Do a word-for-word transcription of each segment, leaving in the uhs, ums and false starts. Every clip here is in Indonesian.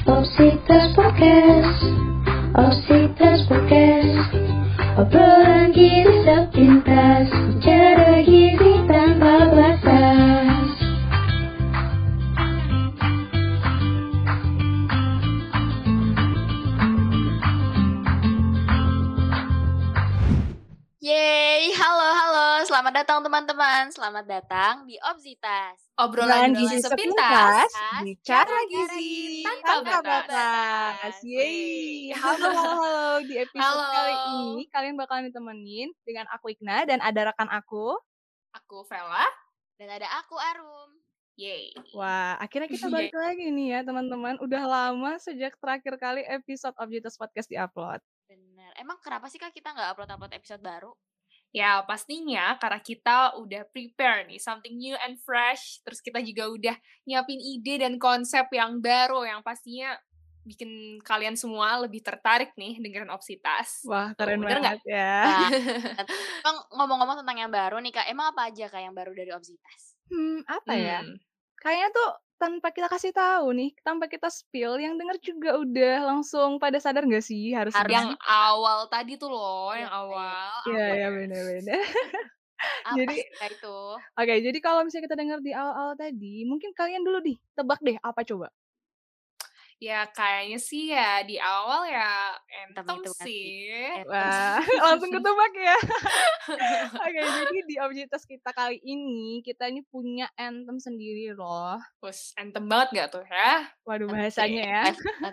Obsitas Podcast, Obsitas Podcast, obrolan gizi sepintas, bicara gizi tanpa batas. Yeay, halo halo, selamat datang teman-teman, selamat datang di Obsitas. Obrolan gizi sepintas, bicara gizi gizi tanpa tanpa batas. batas. Yeay. Halo, halo, halo. Di episode Halo. kali ini kalian bakalan ditemenin dengan aku Ikna dan ada rekan aku. Aku Vela dan ada aku Arum. Yeay. Wah, akhirnya kita balik lagi nih ya teman-teman. Udah lama sejak terakhir kali episode Obsitas Podcast diupload. Bener. Emang kenapa sih Kak kita nggak upload-upload episode baru? Ya pastinya karena kita udah prepare nih something new and fresh. Terus kita juga udah nyiapin ide dan konsep yang baru yang pastinya bikin kalian semua lebih tertarik nih dengerin Obsitas. Wah, keren bener banget nggak? ya. Nah, Bang, ngomong-ngomong tentang yang baru nih Kak, emang apa aja Kak yang baru dari Obsitas? Hmm, apa ya? Hmm. Kayaknya tuh tanpa kita kasih tahu nih, tanpa kita spill, yang denger juga udah langsung pada sadar nggak sih harus Harus Yang awal tadi tuh loh, yang Iya, awal. Iya, apa iya ya? bener-bener. apa Jadi, sih Kak itu? oke, jadi kalau misalnya kita dengar di awal-awal tadi, mungkin kalian dulu nih, tebak deh apa coba? Ya kayaknya sih ya di awal ya Entem entem itu pasti. sih. Entem. Wah, langsung ketebak ya. Oke, jadi di Obsitas kita kali ini, kita ini punya anthem sendiri loh. Terus entem banget gak tuh ya? Waduh, Oke, bahasanya ya. pas banget.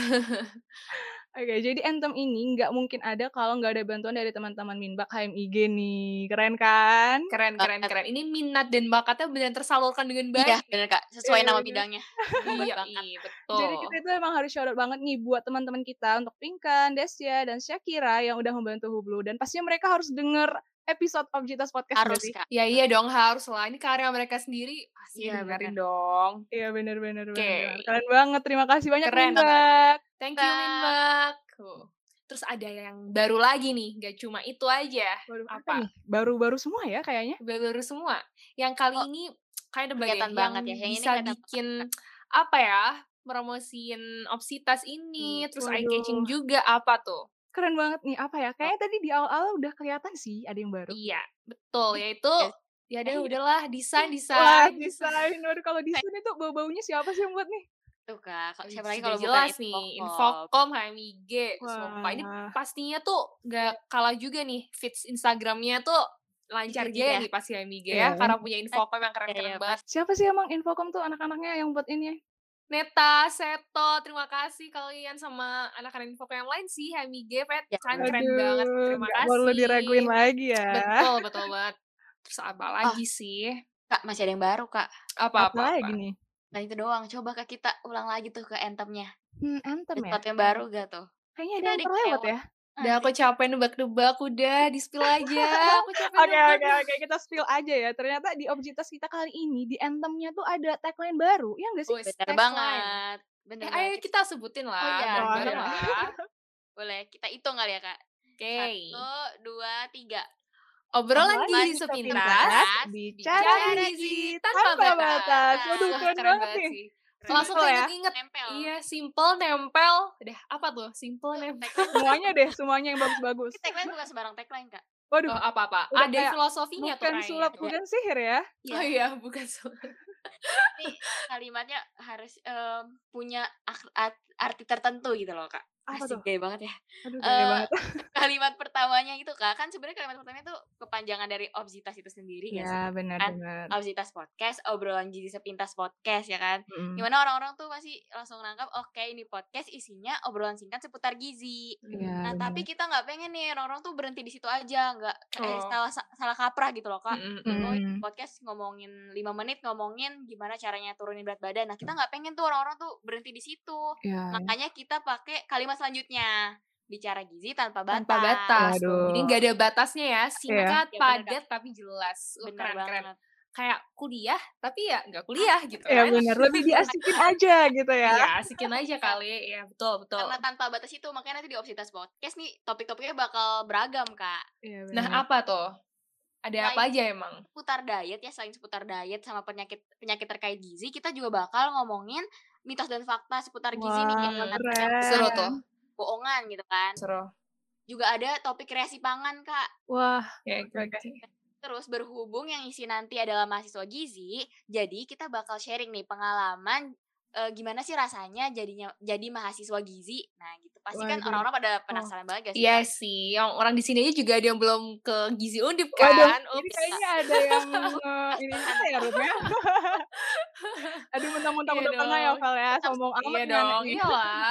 Oke, jadi anthem ini nggak mungkin ada kalau nggak ada bantuan dari teman-teman Minbak H M I G nih. Keren kan? Keren, keren, Banget. keren. Ini minat dan bakatnya benar tersalurkan dengan baik. Iya, bener Kak, sesuai Iya, nama bener. bidangnya. Iya, Bakat. iya, betul. Jadi kita itu emang harus shout out banget nih buat teman-teman kita untuk Pinkan, Desya, dan Syakira yang udah membantu Hublu. Dan pastinya mereka harus denger episode Obsitas Podcast Harus berarti. Kak. Ya iya dong, harus lah. Ini karya mereka sendiri. Pasti Iya, dengerin bener. dong. Iya bener-bener. Oke. bener. Keren banget, terima kasih banyak Keren Minbak. Thank you, Bye. Minbak. Tuh. Terus ada yang baru lagi nih, gak cuma itu aja. Waduh, apa Apa? nih? Baru-baru semua ya kayaknya. Baru semua. Yang kali Oh, ini kind of bagian kelihatan yang banget ya. Yang ini bisa kelihatan bikin banget. apa ya, promosiin Obsitas ini, Hmm, terus waduh. eye-catching juga apa tuh? Keren banget nih, apa ya? Kayaknya tadi di awal-awal udah kelihatan sih ada yang baru. Iya, betul. Yaitu, Yes. ya deh udahlah, desain, Wah, desain. desain. Waduh, kalau desain itu bau-baunya siapa sih yang buat nih? Tuh Kak, Kak, siapa Sudah lagi kalau bukan jelas nih, Infocom. Infocom, H M I G, sumpah. Ini Wah. pastinya tuh gak kalah juga nih, feeds Instagramnya tuh lancar Itu jaya dia. nih pasti H M I G Iya. ya, karena punya Infocom yang Iya, keren-keren iya, banget. Siapa sih emang Infocom tuh anak-anaknya yang buat ini? Neta, Seto, terima kasih kalian sama anak-anak Infocom yang lain sih, H M I G, Pet, Ya, keren-keren Aduh, banget, terima nggak kasih. perlu diraguin lagi ya. Betul, betul banget. Terus apa Oh, lagi sih? Kak, masih ada yang baru Kak. Apa Apa-apa? lagi nih? Nah itu doang, coba Kak kita ulang lagi tuh ke anthemnya. Hmm, anthem ya? Sesuatu yang baru gak tuh? Kayaknya ada Kita yang ada terlewat kelewat. ya? Udah aku capek nebak-nebak, udah di-spill aja. Aku capek Oke, nebak. oke, oke. Kita spill aja ya. Ternyata di Obsitas kita kali ini, di anthemnya tuh ada tagline baru. Ya nggak sih? Wes, Bener tagline. banget. Bener Eh, ayo banget. kita sebutin Oh lah, iya, bareng-bareng iya. lah. boleh. Kita hitung kali ya Kak. Oke. Satu, dua, tiga. Obrolan Obrolan gizi gizi sepintas, sepintas, bicara bicara gizi gizi tanpa tanpa batas. batas. Waduh, Wah, keren keren banget banget nih. sih. Keren Langsung Simple ya. keinget-inget. Nempel. Iya, simple, nempel. Udah, apa tuh? Simple, Tuh, nempel. tagline. Semuanya deh, semuanya yang bagus-bagus. Tapi tagline bukan sembarang tagline Kak. Waduh, Oh, apa-apa? udah Ada kayak filosofinya tuh bukan kayaknya. sulap, Ada. bukan sihir ya. Oh iya, bukan sulap. Nih kalimatnya harus em, punya ak- art- arti tertentu gitu loh Kak. Apa Asik tuh? gaya banget ya. Aduh, gaya Eh, banget. kalimat pertamanya itu Kak, kan sebenarnya kalimat pertamanya itu kepanjangan dari Obsitas itu sendiri gak sih? Ya, Kan benar-benar. Obsitas Podcast, obrolan gizi sepintas podcast ya kan. Mm. Dimana orang-orang tuh masih langsung nangkap, oke ini podcast isinya obrolan singkat seputar gizi. Iya, Nah tapi benar. kita nggak pengen nih orang-orang tuh berhenti di situ aja, nggak kayak Oh. salah salah kaprah gitu loh Kak. Mm-mm. Oh ini Hmm. podcast ngomongin lima menit ngomongin gimana caranya turunin berat badan. Nah kita nggak pengen tuh orang-orang tuh berhenti di situ. Ya. Makanya kita pakai kalimat selanjutnya, bicara gizi tanpa batas. Tanpa batas. tuh. Jadi Waduh. nggak ada batasnya ya. Singkat, Iya, bener, padat, tapi jelas. Uh, Bener keren-keren. banget. Kayak kuliah, tapi ya nggak kuliah gitu Ya kan. benar, lebih diasikin aja gitu ya. Iya, asikin aja kali. Ya, betul, betul. Karena tanpa batas itu makanya nanti di Obsitas Podcast nih topik-topiknya bakal beragam Kak. Iya, Nah, benar. apa tuh? Ada apa Selain aja emang? seputar diet ya, selain seputar diet sama penyakit penyakit terkait gizi, kita juga bakal ngomongin mitos dan fakta seputar gizi nih, yang Wah, benar yang Seru keren. tuh. bohongan gitu kan. Seru. Juga ada topik kreasi pangan, Kak. Wah, Oke, oke oke, oke. oke. Terus berhubung yang isi nanti adalah mahasiswa gizi, jadi kita bakal sharing nih pengalaman eh, gimana sih rasanya jadinya jadi mahasiswa gizi. Nah, gitu. Pasti kan Waduh. orang-orang pada Oh, penasaran banget gak sih, iya Kak? sih. Yang orang di sini aja juga ada yang belum ke Gizi Undip Waduh, kan. ini Ups. kayaknya ada yang eh, ini kita ya, Rum ya. Aduh, mentang-mentang Iya udah pernah ya, dong. Val ya. Tetap Sombong Iya amat nih anak dong, nih. iyalah.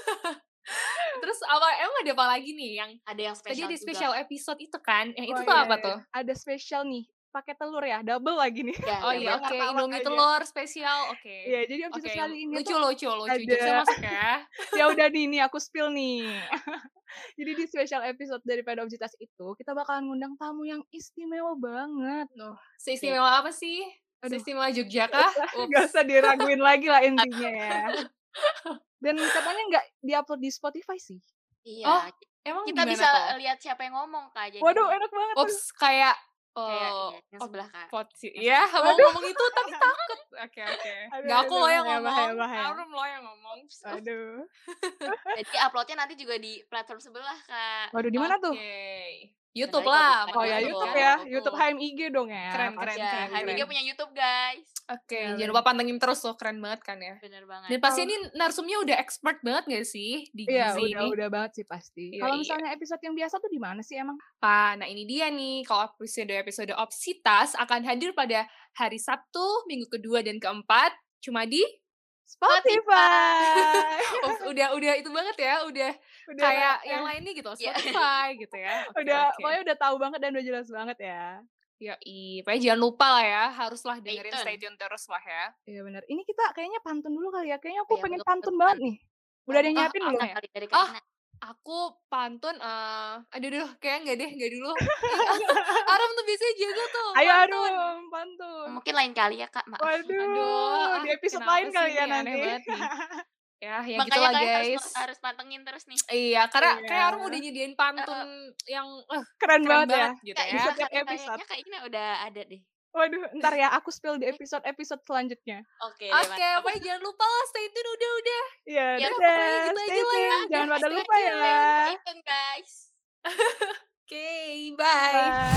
Terus apa emang ada apa lagi nih yang ada yang tadi spesial ada juga, special Kak. episode itu kan? Yang itu Oh tuh iya, apa iya. tuh? Ada spesial nih, pakai telur ya, double lagi nih. Ya, Oh ya iya, benar. oke. Martabak Indomie aja. telur spesial, oke. Iya, jadi Oke, episode kali ini lucu, tuh lucu, lucu. ada Jokesnya masuk ya. ya udah nih, nih aku spill nih. Jadi di special episode daripada Objitas itu, kita bakalan ngundang tamu yang istimewa banget. Duh, Oke. seistimewa apa sih? Aduh, Seistimewa Jogja Gak kah? usah, gak Ups. usah diraguin lagi lah intinya ya. Dan katanya nggak diupload di Spotify sih. Oh, Iya, emang kita gimana bisa tuh? lihat siapa yang ngomong, Kak. Jadi Waduh, enak banget tuh. Ups, kayak kayak eh iya, yang op- sebelah, Kak. pot sih. Yang Ya, sebelah. mau Waduh. ngomong itu tapi takut. Oke, oke. Aduh, Nggak aku aduh, loh yang bahaya, bahaya, ngomong, bahaya. Arum loh yang ngomong. Ups. Aduh. Jadi uploadnya nanti juga di platform sebelah, Kak. Waduh, di mana tuh? Oke. YouTube Benar, lah, Spotify Oh ya, dulu YouTube dong. ya. YouTube. YouTube H M I G dong ya. Keren, pasti. keren, Ya, keren, H M I G keren. punya YouTube, guys. Oke, Ya, jangan bener. lupa pantengin terus loh, keren banget kan ya. Bener banget. Dan pasti Kalau- ini narsumnya udah expert banget gak sih di Iya, gizi udah ini? udah banget sih pasti. Iya, Kalau iya. misalnya episode yang biasa tuh di mana sih emang? Ah, nah ini dia nih, kalau episode-episode Obsitas akan hadir pada hari Sabtu, minggu kedua dan keempat, cuma di Spotify. oh, udah udah itu banget ya, udah Udah kayak eh, yang lainnya gitu, Iya. Spotify gitu ya. Oke, udah oke. pokoknya udah tahu banget dan udah jelas banget ya. Yoi, pokoknya jangan lupa lah ya, haruslah Stay dengerin tune. stay tune terus lah ya. Iya benar. Ini kita kayaknya pantun dulu kali ya. Kayaknya aku Iya, pengen betul, pantun betul. banget nih. Udah ada yang Ah, nyiapin ah, belum Bisa ya? kali dari Ah, Karina. aku pantun, eh aduh duh, kayaknya enggak deh, enggak dulu. Aram tuh biasanya jago tuh, Ayo pantun. aduh, pantun. Mungkin lain kali ya, Kak. Maaf. Waduh, Aduh, di ah, episode kenapa lain sih kali ya ini? Aneh nanti. banget nih. Ya, ya Makanya gitulah kalian harus guys. harus pantengin terus nih. Iya, karena kayak Iya. Arum udah nyediain pantun yang eh, Keren keren banget ya. banget gitu Kak, ya. ini Setiap kayak- episode. kayaknya Kak Ina udah ada deh. Waduh, ntar ya aku spill di episode-episode selanjutnya. Oke, deh, Oke, mantap. pokoknya jangan lupa lah stay tune udah-udah. Iya, Ya, dadah. pokoknya gitu Stay aja lah ya. tune. Jangan pada Stay lupa tune. ya. Stay tune, guys. Oke, bye. Bye.